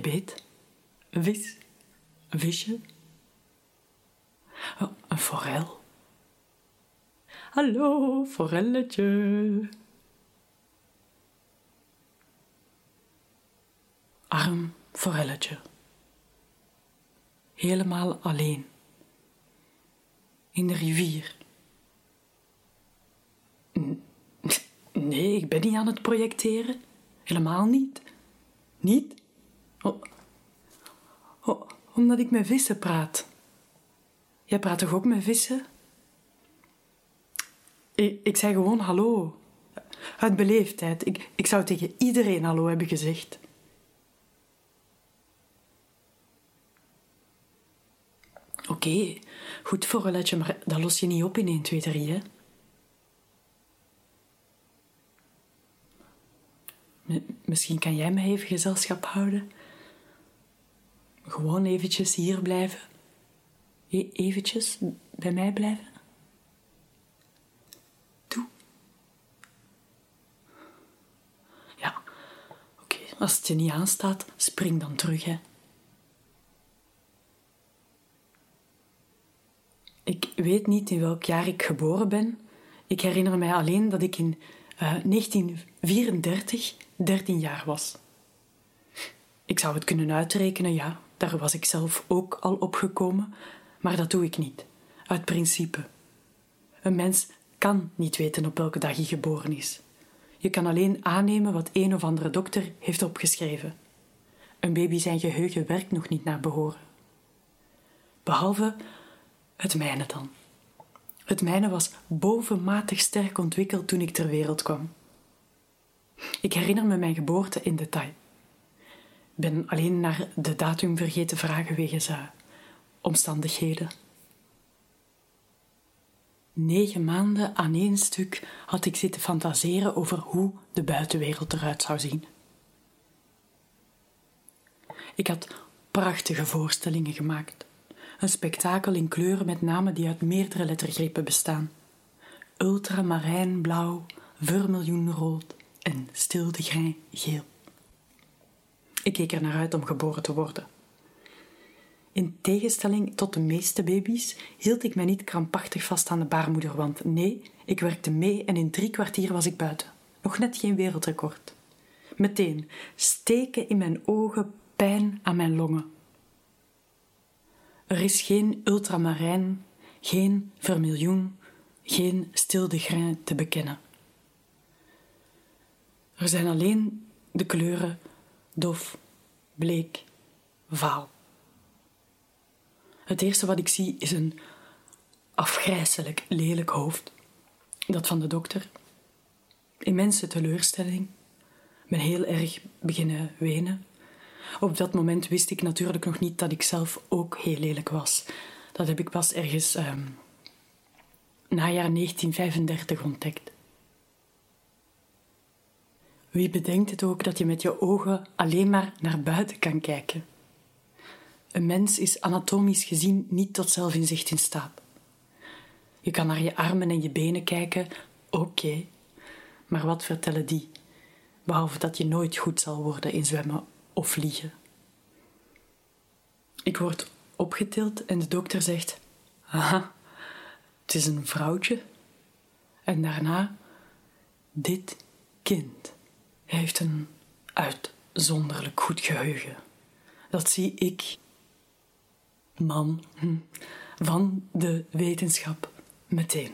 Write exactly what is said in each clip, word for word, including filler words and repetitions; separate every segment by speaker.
Speaker 1: beet. Een vis. Een visje. Oh, een forel. Hallo, forelletje. Arm forelletje. Helemaal alleen. In de rivier. Nee, ik ben niet aan het projecteren. Helemaal niet. Niet? Oh. Oh, omdat ik met vissen praat. Jij praat toch ook met vissen? Ik, ik zei gewoon hallo. Uit beleefdheid. Ik, ik zou tegen iedereen hallo hebben gezegd. Oké, okay, goed forelletje, maar dat los je niet op in één, twee, drie, hè? Misschien kan jij me even gezelschap houden. Gewoon eventjes hier blijven. E- eventjes bij mij blijven. Doe. Ja, oké. Okay. Als het je niet aanstaat, spring dan terug, hè. Ik weet niet in welk jaar ik geboren ben. Ik herinner mij alleen dat ik in uh, negentien vierendertig dertien jaar was. Ik zou het kunnen uitrekenen, ja. Daar was ik zelf ook al opgekomen. Maar dat doe ik niet. Uit principe. Een mens kan niet weten op welke dag hij geboren is. Je kan alleen aannemen wat een of andere dokter heeft opgeschreven. Een baby zijn geheugen werkt nog niet naar behoren. Behalve het mijne dan. Het mijne was bovenmatig sterk ontwikkeld toen ik ter wereld kwam. Ik herinner me mijn geboorte in detail. Ik ben alleen naar de datum vergeten vragen wegens uh, omstandigheden. Negen maanden aan één stuk had ik zitten fantaseren over hoe de buitenwereld eruit zou zien. Ik had prachtige voorstellingen gemaakt. Een spektakel in kleuren met namen die uit meerdere lettergrepen bestaan. Ultramarijnblauw, vermiljoenrood en stildegrain geel. Ik keek er naar uit om geboren te worden. In tegenstelling tot de meeste baby's hield ik mij niet krampachtig vast aan de baarmoeder, want nee, ik werkte mee en in drie kwartier was ik buiten. Nog net geen wereldrecord. Meteen steken in mijn ogen, pijn aan mijn longen. Er is geen ultramarijn, geen vermiljoen, geen stildegrain te bekennen. Er zijn alleen de kleuren dof, bleek, vaal. Het eerste wat ik zie is een afgrijselijk lelijk hoofd. Dat van de dokter. Immense teleurstelling. Ik ben heel erg beginnen wenen. Op dat moment wist ik natuurlijk nog niet dat ik zelf ook heel lelijk was. Dat heb ik pas ergens um, najaar negentien vijfendertig ontdekt. Wie bedenkt het ook dat je met je ogen alleen maar naar buiten kan kijken? Een mens is anatomisch gezien niet tot zelfinzicht in staat. Je kan naar je armen en je benen kijken, oké. Okay. Maar wat vertellen die? Behalve dat je nooit goed zal worden in zwemmen of vliegen. Ik word opgetild en de dokter zegt, aha, het is een vrouwtje. En daarna, dit kind heeft een uitzonderlijk goed geheugen. Dat zie ik, man, van de wetenschap meteen.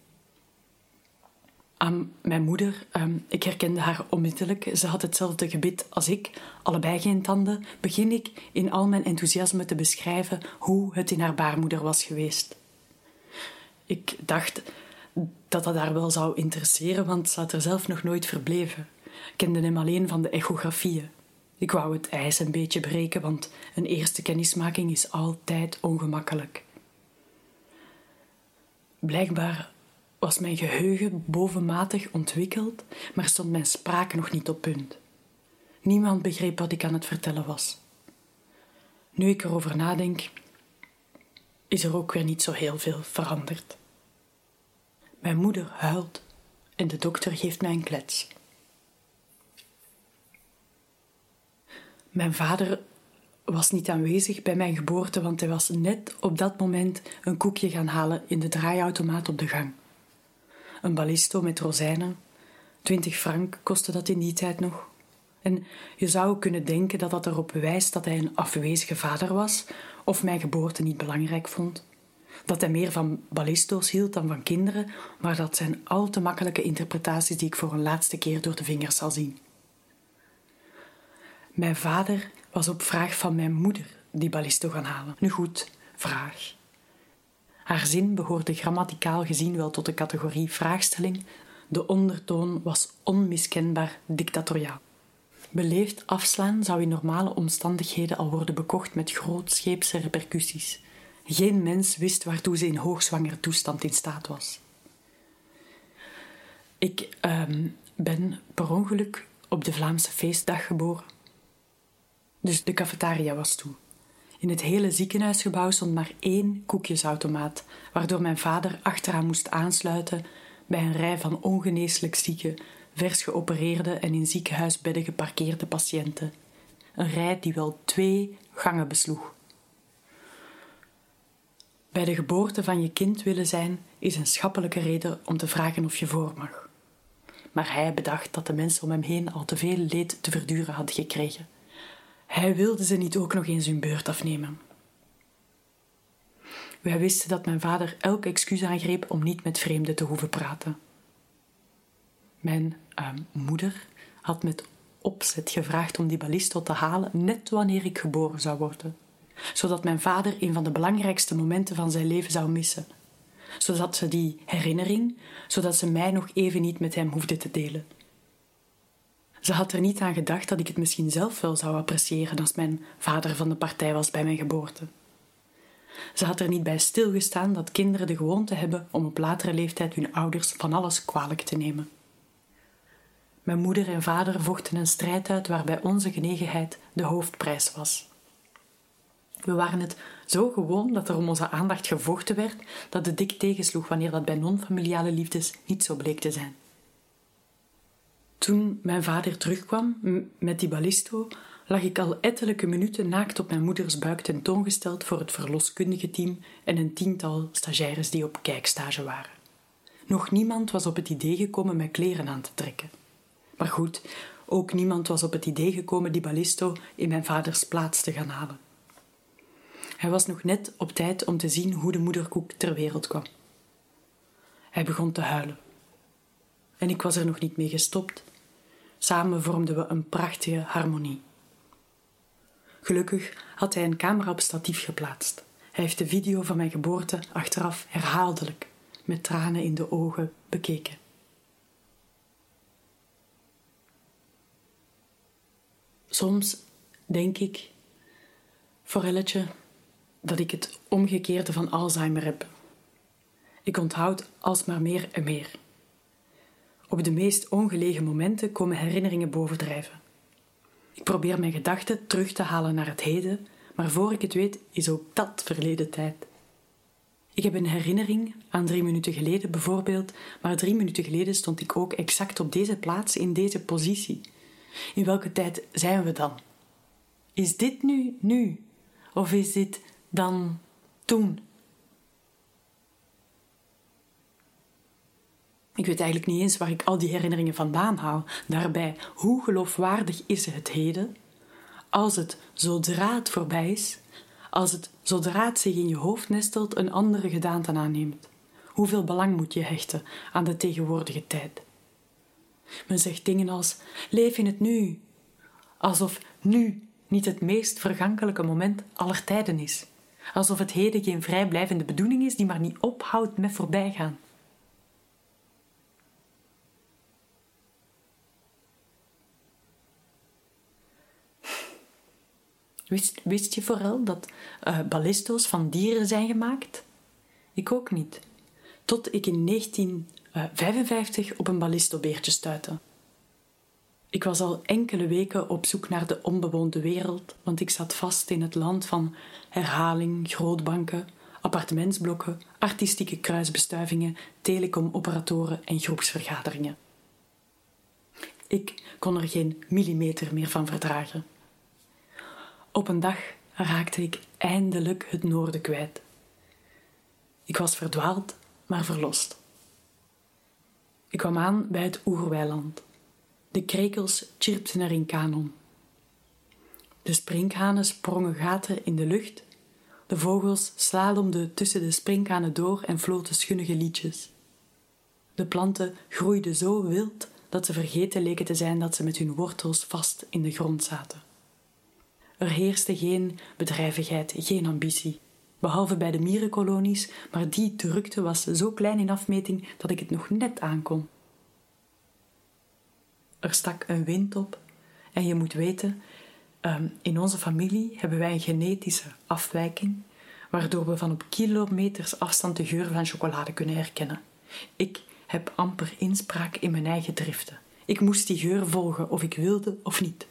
Speaker 1: Aan mijn moeder, um, ik herkende haar onmiddellijk. Ze had hetzelfde gebit als ik, allebei geen tanden. Begin ik in al mijn enthousiasme te beschrijven hoe het in haar baarmoeder was geweest. Ik dacht dat dat haar wel zou interesseren, want ze had er zelf nog nooit verbleven. Ik kende hem alleen van de echografieën. Ik wou het ijs een beetje breken, want een eerste kennismaking is altijd ongemakkelijk. Blijkbaar was mijn geheugen bovenmatig ontwikkeld, maar stond mijn spraak nog niet op punt. Niemand begreep wat ik aan het vertellen was. Nu ik erover nadenk, is er ook weer niet zo heel veel veranderd. Mijn moeder huilt en de dokter geeft mij een klets. Mijn vader was niet aanwezig bij mijn geboorte, want hij was net op dat moment een koekje gaan halen in de draaiautomaat op de gang. Een ballisto met rozijnen. Twintig frank kostte dat in die tijd nog. En je zou kunnen denken dat dat erop wijst dat hij een afwezige vader was of mijn geboorte niet belangrijk vond. Dat hij meer van ballisto's hield dan van kinderen, maar dat zijn al te makkelijke interpretaties die ik voor een laatste keer door de vingers zal zien. Mijn vader was op vraag van mijn moeder die ballisto gaan halen. Nu goed, vraag. Haar zin behoorde grammaticaal gezien wel tot de categorie vraagstelling. De ondertoon was onmiskenbaar dictatoriaal. Beleefd afslaan zou in normale omstandigheden al worden bekocht met grootscheepse repercussies. Geen mens wist waartoe ze in hoogzwangere toestand in staat was. Ik uh, ben per ongeluk op de Vlaamse feestdag geboren. Dus de cafetaria was toe. In het hele ziekenhuisgebouw stond maar één koekjesautomaat, waardoor mijn vader achteraan moest aansluiten bij een rij van ongeneeslijk zieke, vers geopereerde en in ziekenhuisbedden geparkeerde patiënten. Een rij die wel twee gangen besloeg. Bij de geboorte van je kind willen zijn is een schappelijke reden om te vragen of je voor mag. Maar hij bedacht dat de mensen om hem heen al te veel leed te verduren hadden gekregen. Hij wilde ze niet ook nog eens hun beurt afnemen. Wij wisten dat mijn vader elk excuus aangreep om niet met vreemden te hoeven praten. Mijn uh, moeder had met opzet gevraagd om die ballisto te halen net wanneer ik geboren zou worden, zodat mijn vader een van de belangrijkste momenten van zijn leven zou missen, zodat ze die herinnering, zodat ze mij nog even niet met hem hoefde te delen. Ze had er niet aan gedacht dat ik het misschien zelf wel zou appreciëren als mijn vader van de partij was bij mijn geboorte. Ze had er niet bij stilgestaan dat kinderen de gewoonte hebben om op latere leeftijd hun ouders van alles kwalijk te nemen. Mijn moeder en vader vochten een strijd uit waarbij onze genegenheid de hoofdprijs was. We waren het zo gewoon dat er om onze aandacht gevochten werd dat het dik tegensloeg wanneer dat bij non-familiale liefdes niet zo bleek te zijn. Toen mijn vader terugkwam met die ballisto, lag ik al ettelijke minuten naakt op mijn moeders buik tentoongesteld voor het verloskundige team en een tiental stagiaires die op kijkstage waren. Nog niemand was op het idee gekomen mijn kleren aan te trekken. Maar goed, ook niemand was op het idee gekomen die ballisto in mijn vaders plaats te gaan halen. Hij was nog net op tijd om te zien hoe de moederkoek ter wereld kwam. Hij begon te huilen. En ik was er nog niet mee gestopt. Samen vormden we een prachtige harmonie. Gelukkig had hij een camera op statief geplaatst. Hij heeft de video van mijn geboorte achteraf herhaaldelijk, met tranen in de ogen, bekeken. Soms denk ik, forelletje, dat ik het omgekeerde van Alzheimer heb. Ik onthoud alsmaar meer en meer. Op de meest ongelegen momenten komen herinneringen bovendrijven. Ik probeer mijn gedachten terug te halen naar het heden, maar voor ik het weet is ook dat verleden tijd. Ik heb een herinnering aan drie minuten geleden bijvoorbeeld, maar drie minuten geleden stond ik ook exact op deze plaats in deze positie. In welke tijd zijn we dan? Is dit nu nu? Of is dit dan toen? Ik weet eigenlijk niet eens waar ik al die herinneringen vandaan haal. Daarbij, hoe geloofwaardig is het heden? Als het, zodra het voorbij is, als het, zodra het zich in je hoofd nestelt, een andere gedaante aanneemt. Hoeveel belang moet je hechten aan de tegenwoordige tijd? Men zegt dingen als, leef in het nu. Alsof nu niet het meest vergankelijke moment aller tijden is. Alsof het heden geen vrijblijvende bedoeling is die maar niet ophoudt met voorbijgaan. Wist, wist je vooral dat uh, ballisto's van dieren zijn gemaakt? Ik ook niet. Tot ik in negentien vijfenvijftig op een ballistobeertje stuitte. Ik was al enkele weken op zoek naar de onbewoonde wereld, want ik zat vast in het land van herhaling, grootbanken, appartementsblokken, artistieke kruisbestuivingen, telecomoperatoren en groepsvergaderingen. Ik kon er geen millimeter meer van verdragen. Op een dag raakte ik eindelijk het noorden kwijt. Ik was verdwaald, maar verlost. Ik kwam aan bij het oerweiland. De krekels chirpten er in kanon. De sprinkhanen sprongen gaten in de lucht. De vogels slalomden tussen de sprinkhanen door en floten schunnige liedjes. De planten groeiden zo wild dat ze vergeten leken te zijn dat ze met hun wortels vast in de grond zaten. Er heerste geen bedrijvigheid, geen ambitie, behalve bij de mierenkolonies, maar die drukte was zo klein in afmeting dat ik het nog net aankon. Er stak een wind op en je moet weten, um, in onze familie hebben wij een genetische afwijking, waardoor we van op kilometers afstand de geur van chocolade kunnen herkennen. Ik heb amper inspraak in mijn eigen driften. Ik moest die geur volgen, of ik wilde of niet.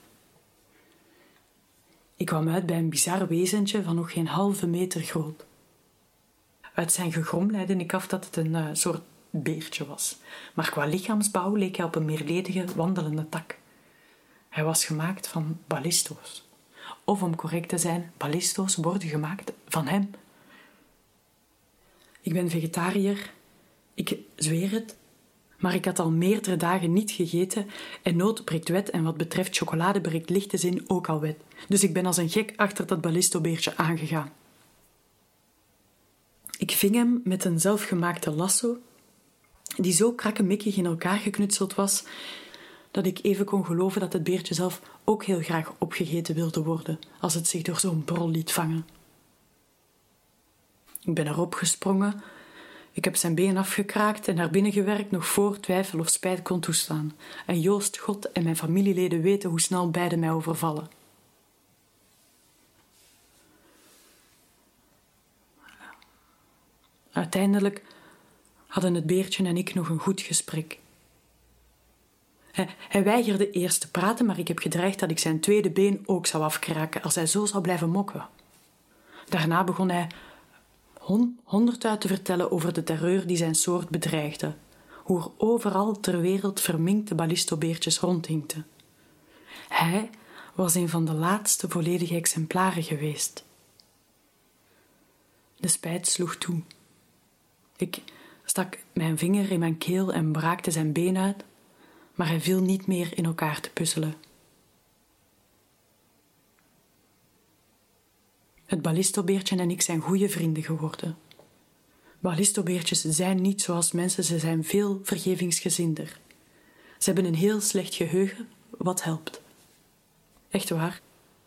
Speaker 1: Ik kwam uit bij een bizar wezentje van nog geen halve meter groot. Uit zijn gegrom leidde ik af dat het een uh, soort beertje was, maar qua lichaamsbouw leek hij op een meerledige wandelende tak. Hij was gemaakt van ballisto's. Of om correct te zijn, ballisto's worden gemaakt van hem. Ik ben vegetariër, ik zweer het, maar ik had al meerdere dagen niet gegeten en nood breekt wet en wat betreft chocolade breekt lichte zin ook al wet. Dus ik ben als een gek achter dat ballistobeertje aangegaan. Ik ving hem met een zelfgemaakte lasso, die zo krakkemikkig in elkaar geknutseld was, dat ik even kon geloven dat het beertje zelf ook heel graag opgegeten wilde worden, als het zich door zo'n brol liet vangen. Ik ben erop gesprongen, ik heb zijn been afgekraakt en naar binnen gewerkt nog voor twijfel of spijt kon toestaan. En Joost, God en mijn familieleden weten hoe snel beide mij overvallen. Uiteindelijk hadden het beertje en ik nog een goed gesprek. Hij, hij weigerde eerst te praten, maar ik heb gedreigd dat ik zijn tweede been ook zou afkraken als hij zo zou blijven mokken. Daarna begon hij hon, honderd uit te vertellen over de terreur die zijn soort bedreigde, hoe er overal ter wereld verminkte ballistobeertjes rondhinkten. Hij was een van de laatste volledige exemplaren geweest. De spijt sloeg toe. Ik stak mijn vinger in mijn keel en braakte zijn been uit, maar hij viel niet meer in elkaar te puzzelen. Het ballistobeertje en ik zijn goede vrienden geworden. Ballistobeertjes zijn niet zoals mensen, ze zijn veel vergevingsgezinder. Ze hebben een heel slecht geheugen, wat helpt. Echt waar.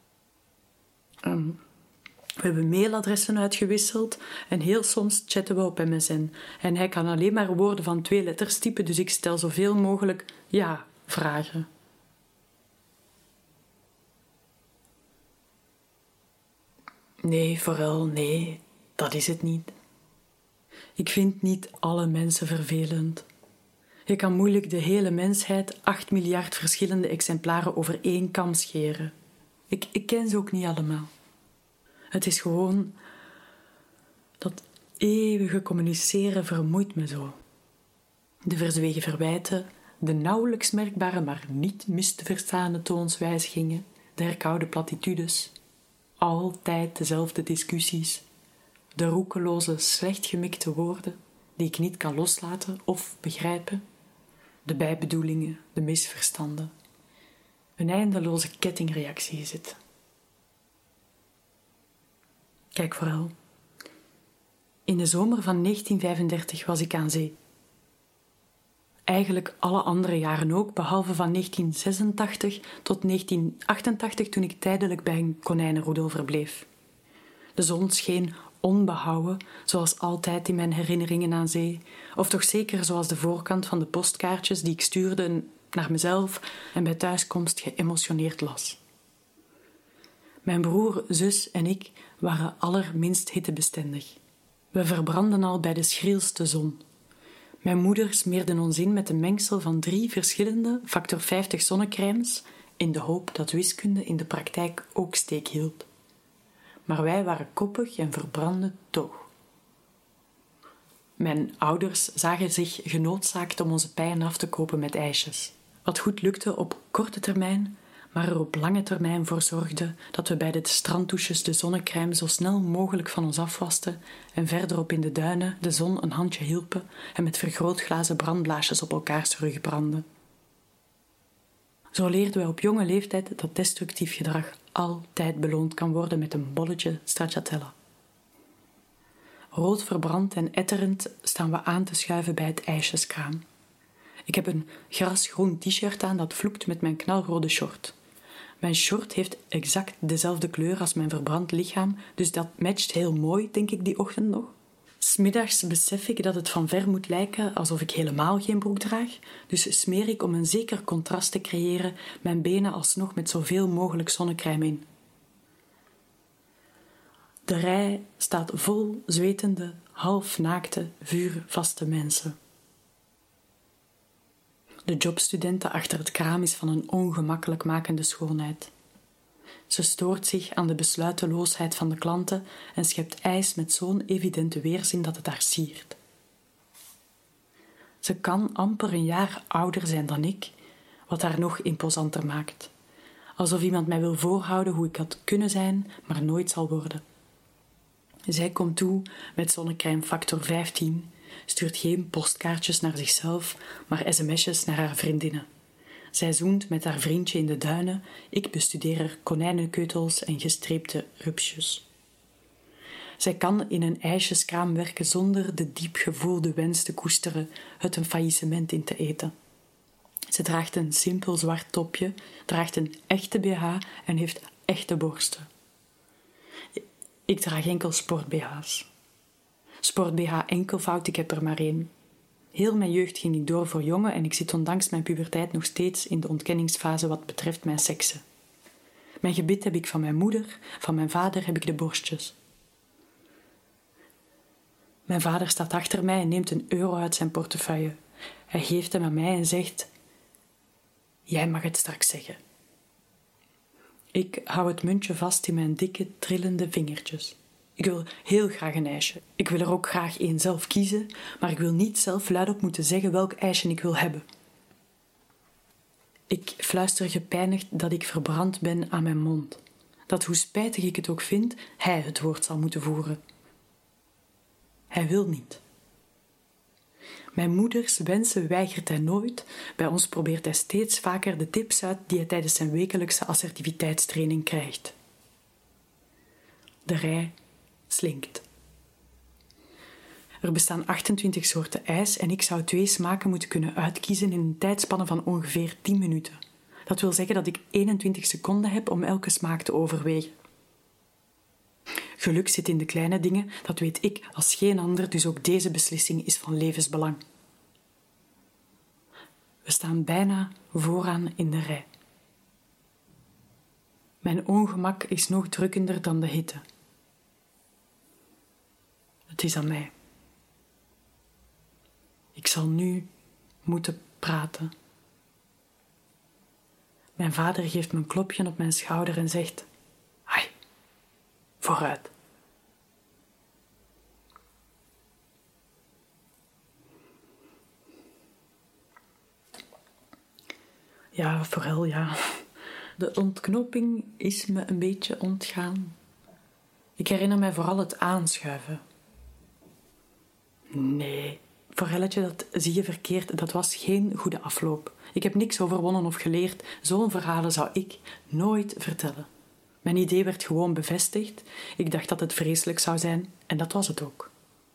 Speaker 1: Um, we hebben mailadressen uitgewisseld en heel soms chatten we op M S N. En hij kan alleen maar woorden van twee letters typen, dus ik stel zoveel mogelijk ja-vragen. Nee, vooral nee, dat is het niet. Ik vind niet alle mensen vervelend. Je kan moeilijk de hele mensheid acht miljard verschillende exemplaren over één kam scheren. Ik, ik ken ze ook niet allemaal. Het is gewoon dat eeuwige communiceren vermoeit me zo. De verzwegen verwijten, de nauwelijks merkbare maar niet mis te verstaande toonswijzigingen, de herkoude platitudes, altijd dezelfde discussies, de roekeloze, slecht gemikte woorden die ik niet kan loslaten of begrijpen, de bijbedoelingen, de misverstanden. Een eindeloze kettingreactie is het. Kijk vooral. In de zomer van negentien vijfendertig was ik aan zee. Eigenlijk alle andere jaren ook, behalve van negentien zesentachtig tot negentien achtentachtig toen ik tijdelijk bij een konijnenroedel verbleef. De zon scheen onbehouden, zoals altijd in mijn herinneringen aan zee, of toch zeker zoals de voorkant van de postkaartjes die ik stuurde naar mezelf en bij thuiskomst geëmotioneerd las. Mijn broer, zus en ik waren allerminst hittebestendig. We verbrandden al bij de schrielste zon. Mijn moeder smeerde ons in met een mengsel van drie verschillende factor vijftig zonnecrèmes in de hoop dat wiskunde in de praktijk ook steek hield. Maar wij waren koppig en verbrandden toch. Mijn ouders zagen zich genoodzaakt om onze pijen af te kopen met ijsjes. Wat goed lukte op korte termijn, maar er op lange termijn voor zorgde dat we bij de stranddouches de zonnecrème zo snel mogelijk van ons afwasten en verderop in de duinen de zon een handje hielpen en met vergrootglazen brandblaasjes op elkaars rug brandden. Zo leerden wij op jonge leeftijd dat destructief gedrag altijd beloond kan worden met een bolletje stracciatella. Rood verbrand en etterend staan we aan te schuiven bij het ijsjeskraam. Ik heb een grasgroen t-shirt aan dat vloekt met mijn knalrode short. Mijn short heeft exact dezelfde kleur als mijn verbrand lichaam, dus dat matcht heel mooi, denk ik, die ochtend nog. 'S Middags besef ik dat het van ver moet lijken alsof ik helemaal geen broek draag, dus smeer ik om een zeker contrast te creëren mijn benen alsnog met zoveel mogelijk zonnecrème in. De rij staat vol zwetende, halfnaakte, vuurvaste mensen. De jobstudente achter het kraam is van een ongemakkelijk makende schoonheid. Ze stoort zich aan de besluiteloosheid van de klanten en schept ijs met zo'n evidente weerzin dat het haar siert. Ze kan amper een jaar ouder zijn dan ik, wat haar nog imposanter maakt. Alsof iemand mij wil voorhouden hoe ik had kunnen zijn, maar nooit zal worden. Zij komt toe met zonnecrème factor vijftien, stuurt geen postkaartjes naar zichzelf, maar sms'jes naar haar vriendinnen. Zij zoent met haar vriendje in de duinen, ik bestudeer er konijnenkeutels en gestreepte rupsjes. Zij kan in een ijsjeskraam werken zonder de diep gevoelde wens te koesteren het een faillissement in te eten. Ze draagt een simpel zwart topje, draagt een echte B H en heeft echte borsten. Ik draag enkel sport-B H's. Sport-B H enkelvoud, ik heb er maar één. Heel mijn jeugd ging ik door voor jongen en ik zit ondanks mijn puberteit nog steeds in de ontkenningsfase wat betreft mijn seksen. Mijn gebit heb ik van mijn moeder, van mijn vader heb ik de borstjes. Mijn vader staat achter mij en neemt een euro uit zijn portefeuille. Hij geeft hem aan mij en zegt: jij mag het straks zeggen. Ik hou het muntje vast in mijn dikke, trillende vingertjes. Ik wil heel graag een ijsje. Ik wil er ook graag één zelf kiezen, maar ik wil niet zelf luidop moeten zeggen welk ijsje ik wil hebben. Ik fluister gepijnigd dat ik verbrand ben aan mijn mond. Dat hoe spijtig ik het ook vind, hij het woord zal moeten voeren. Hij wil niet. Mijn moeders wensen weigert hij nooit. Bij ons probeert hij steeds vaker de tips uit die hij tijdens zijn wekelijkse assertiviteitstraining krijgt. De rij slinkt. Er bestaan achtentwintig soorten ijs en ik zou twee smaken moeten kunnen uitkiezen in een tijdspanne van ongeveer tien minuten. Dat wil zeggen dat ik eenentwintig seconden heb om elke smaak te overwegen. Geluk zit in de kleine dingen, dat weet ik als geen ander, dus ook deze beslissing is van levensbelang. We staan bijna vooraan in de rij. Mijn ongemak is nog drukkender dan de hitte. Het is aan mij. Ik zal nu moeten praten. Mijn vader geeft me een klopje op mijn schouder en zegt: hai, vooruit. Ja, vooral ja. De ontknoping is me een beetje ontgaan. Ik herinner mij vooral het aanschuiven. Nee, forelletje, dat zie je verkeerd. Dat was geen goede afloop. Ik heb niks overwonnen of geleerd. Zo'n verhalen zou ik nooit vertellen. Mijn idee werd gewoon bevestigd. Ik dacht dat het vreselijk zou zijn en dat was het ook.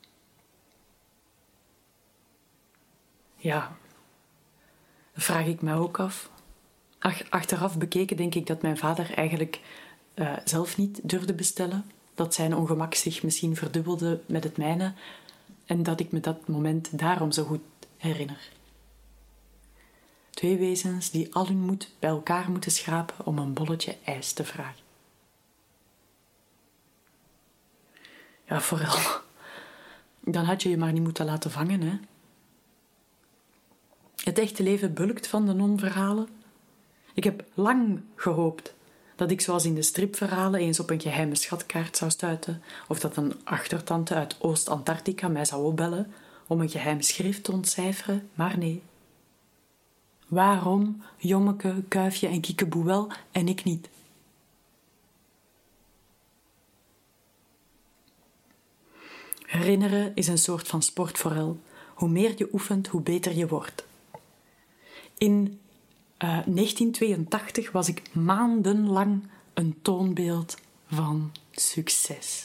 Speaker 1: Ja, dat vraag ik mij ook af. Ach, achteraf bekeken denk ik dat mijn vader eigenlijk uh, zelf niet durfde bestellen. Dat zijn ongemak zich misschien verdubbelde met het mijne. En dat ik me dat moment daarom zo goed herinner. Twee wezens die al hun moed bij elkaar moeten schrapen om een bolletje ijs te vragen. Ja, vooral. Dan had je je maar niet moeten laten vangen, hè. Het echte leven bulkt van de non-verhalen. Ik heb lang gehoopt dat ik zoals in de stripverhalen eens op een geheime schatkaart zou stuiten, of dat een achtertante uit Oost-Antarctica mij zou opbellen om een geheim schrift te ontcijferen, maar nee. Waarom Jommeke, Kuifje en Kiekeboe wel en ik niet? Herinneren is een soort van sportforel. Hoe meer je oefent, hoe beter je wordt. In uh, negentien tweeëntachtig was ik maandenlang een toonbeeld van succes.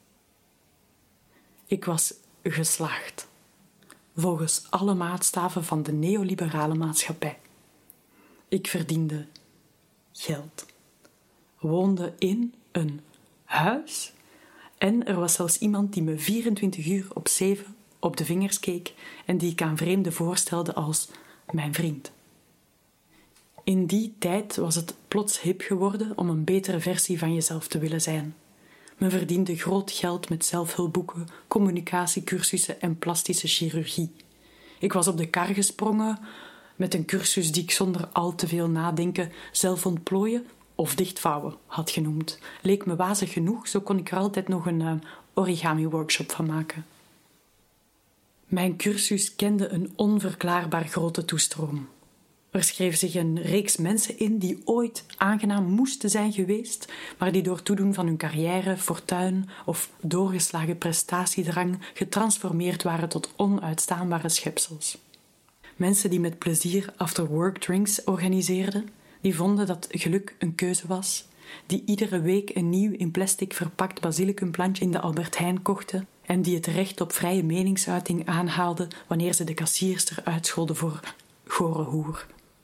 Speaker 1: Ik was geslaagd, volgens alle maatstaven van de neoliberale maatschappij. Ik verdiende geld, woonde in een huis en er was zelfs iemand die me vierentwintig uur op zeven op de vingers keek en die ik aan vreemden voorstelde als mijn vriend. In die tijd was het plots hip geworden om een betere versie van jezelf te willen zijn. Men verdiende groot geld met zelfhulpboeken, communicatiecursussen en plastische chirurgie. Ik was op de kar gesprongen met een cursus die ik zonder al te veel nadenken zelf ontplooien of dichtvouwen had genoemd. Leek me wazig genoeg, zo kon ik er altijd nog een uh, origami-workshop van maken. Mijn cursus kende een onverklaarbaar grote toestroom. Er schreef zich een reeks mensen in die ooit aangenaam moesten zijn geweest, maar die door toedoen van hun carrière, fortuin of doorgeslagen prestatiedrang getransformeerd waren tot onuitstaanbare schepsels. Mensen die met plezier after-work drinks organiseerden, die vonden dat geluk een keuze was, die iedere week een nieuw in plastic verpakt basilicumplantje in de Albert Heijn kochten en die het recht op vrije meningsuiting aanhaalden wanneer ze de kassierster uitscholden voor gore hoer.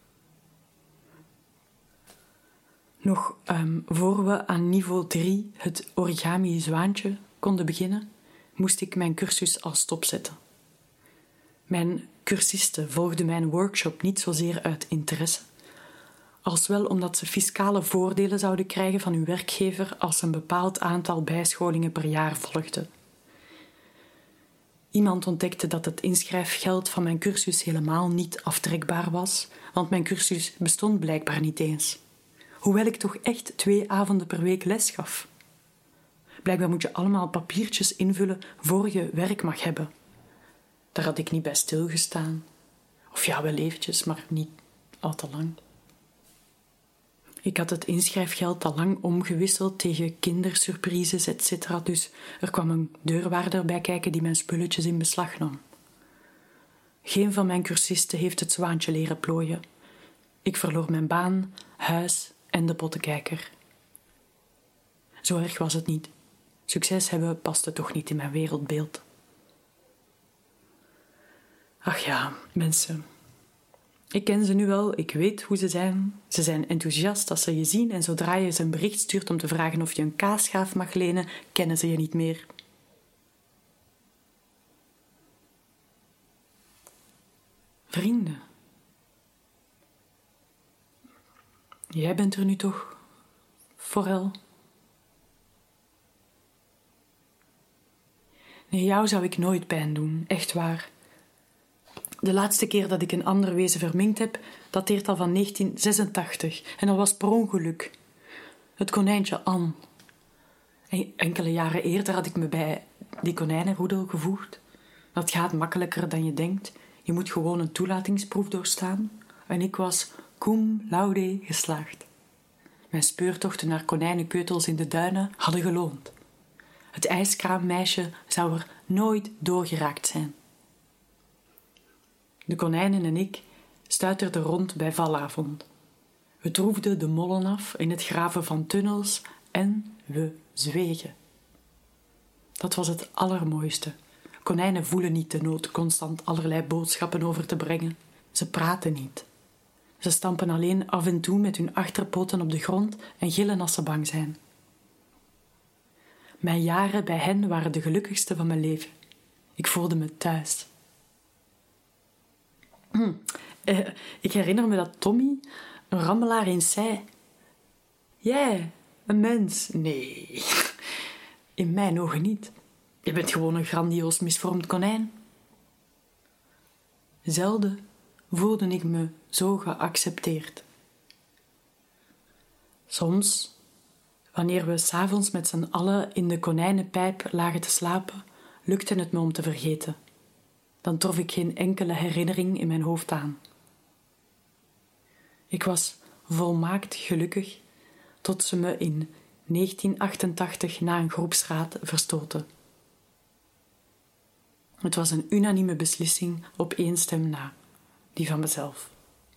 Speaker 1: Nog um, voor we aan niveau drie, het origami-zwaantje, konden beginnen, moest ik mijn cursus al stopzetten. Mijn cursisten volgden mijn workshop niet zozeer uit interesse, als wel omdat ze fiscale voordelen zouden krijgen van hun werkgever als ze een bepaald aantal bijscholingen per jaar volgden. Iemand ontdekte dat het inschrijfgeld van mijn cursus helemaal niet aftrekbaar was, want mijn cursus bestond blijkbaar niet eens. Hoewel ik toch echt twee avonden per week les gaf. Blijkbaar moet je allemaal papiertjes invullen voor je werk mag hebben. Daar had ik niet bij stilgestaan. Of ja, wel eventjes, maar niet al te lang. Ik had het inschrijfgeld al lang omgewisseld tegen kindersurprises, et cetera. Dus er kwam een deurwaarder bij kijken die mijn spulletjes in beslag nam. Geen van mijn cursisten heeft het zwaantje leren plooien. Ik verloor mijn baan, huis en de pottenkijker. Zo erg was het niet. Succes hebben paste toch niet in mijn wereldbeeld. Ach ja, mensen. Ik ken ze nu wel, ik weet hoe ze zijn. Ze zijn enthousiast als ze je zien en zodra je ze een bericht stuurt om te vragen of je een kaasschaaf mag lenen, kennen ze je niet meer. Vrienden. Jij bent er nu toch, Forel? Nee, jou zou ik nooit pijn doen, echt waar. De laatste keer dat ik een ander wezen verminkt heb, dateert al van negentien zesentachtig en dat was per ongeluk. Het konijntje Anne. Enkele jaren eerder had ik me bij die konijnenroedel gevoegd. Dat gaat makkelijker dan je denkt. Je moet gewoon een toelatingsproef doorstaan. En ik was cum laude geslaagd. Mijn speurtochten naar konijnenkeutels in de duinen hadden geloond. Het ijskraammeisje zou er nooit doorgeraakt zijn. De konijnen en ik stuiterden rond bij valavond. We troefden de mollen af in het graven van tunnels en we zwegen. Dat was het allermooiste. Konijnen voelen niet de nood constant allerlei boodschappen over te brengen. Ze praten niet. Ze stampen alleen af en toe met hun achterpoten op de grond en gillen als ze bang zijn. Mijn jaren bij hen waren de gelukkigste van mijn leven. Ik voelde me thuis. Hm. Uh, ik herinner me dat Tommy, een rammelaar, eens zei: jij, een mens? Nee, in mijn ogen niet. Je bent gewoon een grandioos misvormd konijn. Zelden voelde ik me zo geaccepteerd. Soms, wanneer we 's avonds met z'n allen in de konijnenpijp lagen te slapen, lukte het me om te vergeten. Dan trof ik geen enkele herinnering in mijn hoofd aan. Ik was volmaakt gelukkig tot ze me in negentien achtentachtig na een groepsraad verstoten. Het was een unanieme beslissing op één stem na, die van mezelf.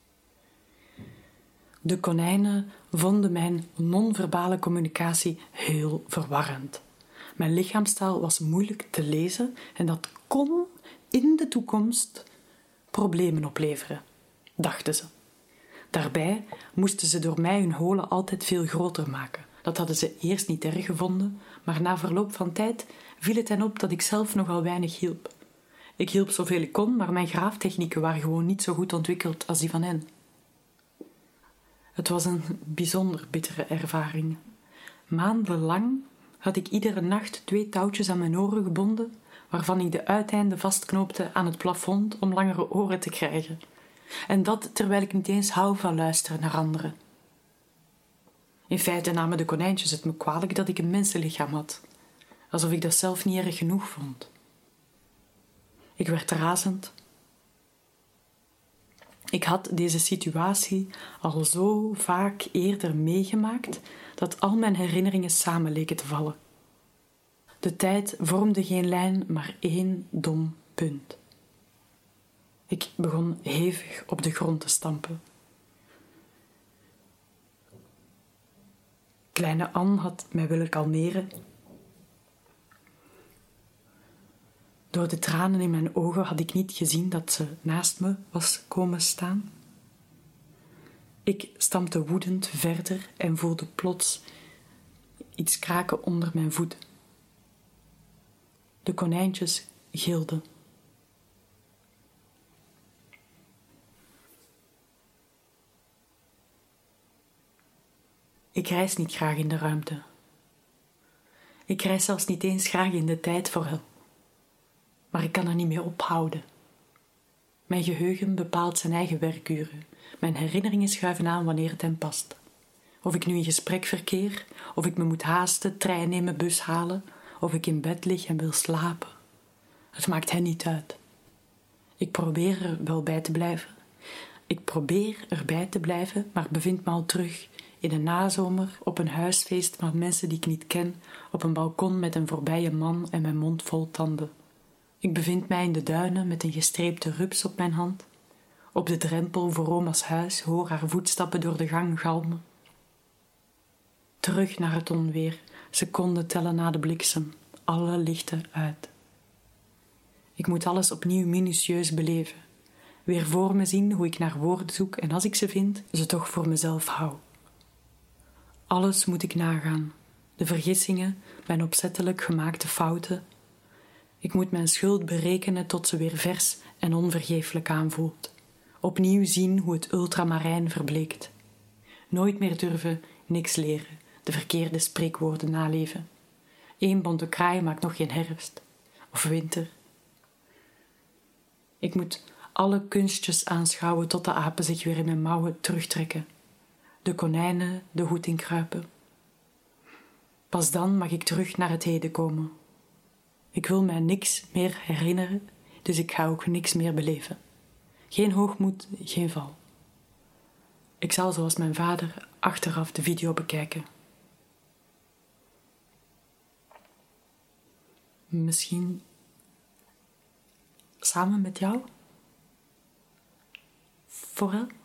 Speaker 1: De konijnen vonden mijn non-verbale communicatie heel verwarrend. Mijn lichaamstaal was moeilijk te lezen en dat kon in de toekomst problemen opleveren, dachten ze. Daarbij moesten ze door mij hun holen altijd veel groter maken. Dat hadden ze eerst niet erg gevonden, maar na verloop van tijd viel het hen op dat ik zelf nogal weinig hielp. Ik hielp zoveel ik kon, maar mijn graaftechnieken waren gewoon niet zo goed ontwikkeld als die van hen. Het was een bijzonder bittere ervaring. Maandenlang had ik iedere nacht twee touwtjes aan mijn oren gebonden, waarvan ik de uiteinden vastknoopte aan het plafond om langere oren te krijgen. En dat terwijl ik niet eens hou van luisteren naar anderen. In feite namen de konijntjes het me kwalijk dat ik een mensenlichaam had, alsof ik dat zelf niet erg genoeg vond. Ik werd razend. Ik had deze situatie al zo vaak eerder meegemaakt dat al mijn herinneringen samen leken te vallen. De tijd vormde geen lijn, maar één dom punt. Ik begon hevig op de grond te stampen. Kleine Anne had mij willen kalmeren. Door de tranen in mijn ogen had ik niet gezien dat ze naast me was komen staan. Ik stampte woedend verder en voelde plots iets kraken onder mijn voeten. De konijntjes gilden. Ik reis niet graag in de ruimte. Ik reis zelfs niet eens graag in de tijd vooral. Maar ik kan er niet mee ophouden. Mijn geheugen bepaalt zijn eigen werkuren. Mijn herinneringen schuiven aan wanneer het hem past. Of ik nu in gesprek verkeer, of ik me moet haasten, trein nemen, bus halen, of ik in bed lig en wil slapen. Het maakt hen niet uit. Ik probeer er wel bij te blijven. Ik probeer erbij te blijven, maar bevind me al terug in een nazomer op een huisfeest van mensen die ik niet ken, op een balkon met een voorbije man en mijn mond vol tanden. Ik bevind mij in de duinen met een gestreepte rups op mijn hand. Op de drempel voor oma's huis hoor haar voetstappen door de gang galmen. Terug naar het onweer, seconden tellen na de bliksem, alle lichten uit. Ik moet alles opnieuw minutieus beleven. Weer voor me zien hoe ik naar woorden zoek en als ik ze vind, ze toch voor mezelf hou. Alles moet ik nagaan. De vergissingen, mijn opzettelijk gemaakte fouten. Ik moet mijn schuld berekenen tot ze weer vers en onvergeeflijk aanvoelt. Opnieuw zien hoe het ultramarijn verbleekt. Nooit meer durven, niks leren, de verkeerde spreekwoorden naleven. Eén bonte kraai maakt nog geen herfst of winter. Ik moet alle kunstjes aanschouwen tot de apen zich weer in mijn mouwen terugtrekken. De konijnen de hoed inkruipen. Pas dan mag ik terug naar het heden komen. Ik wil mij niks meer herinneren, dus ik ga ook niks meer beleven. Geen hoogmoed, geen val. Ik zal zoals mijn vader achteraf de video bekijken. Misschien samen met jou? Vooral?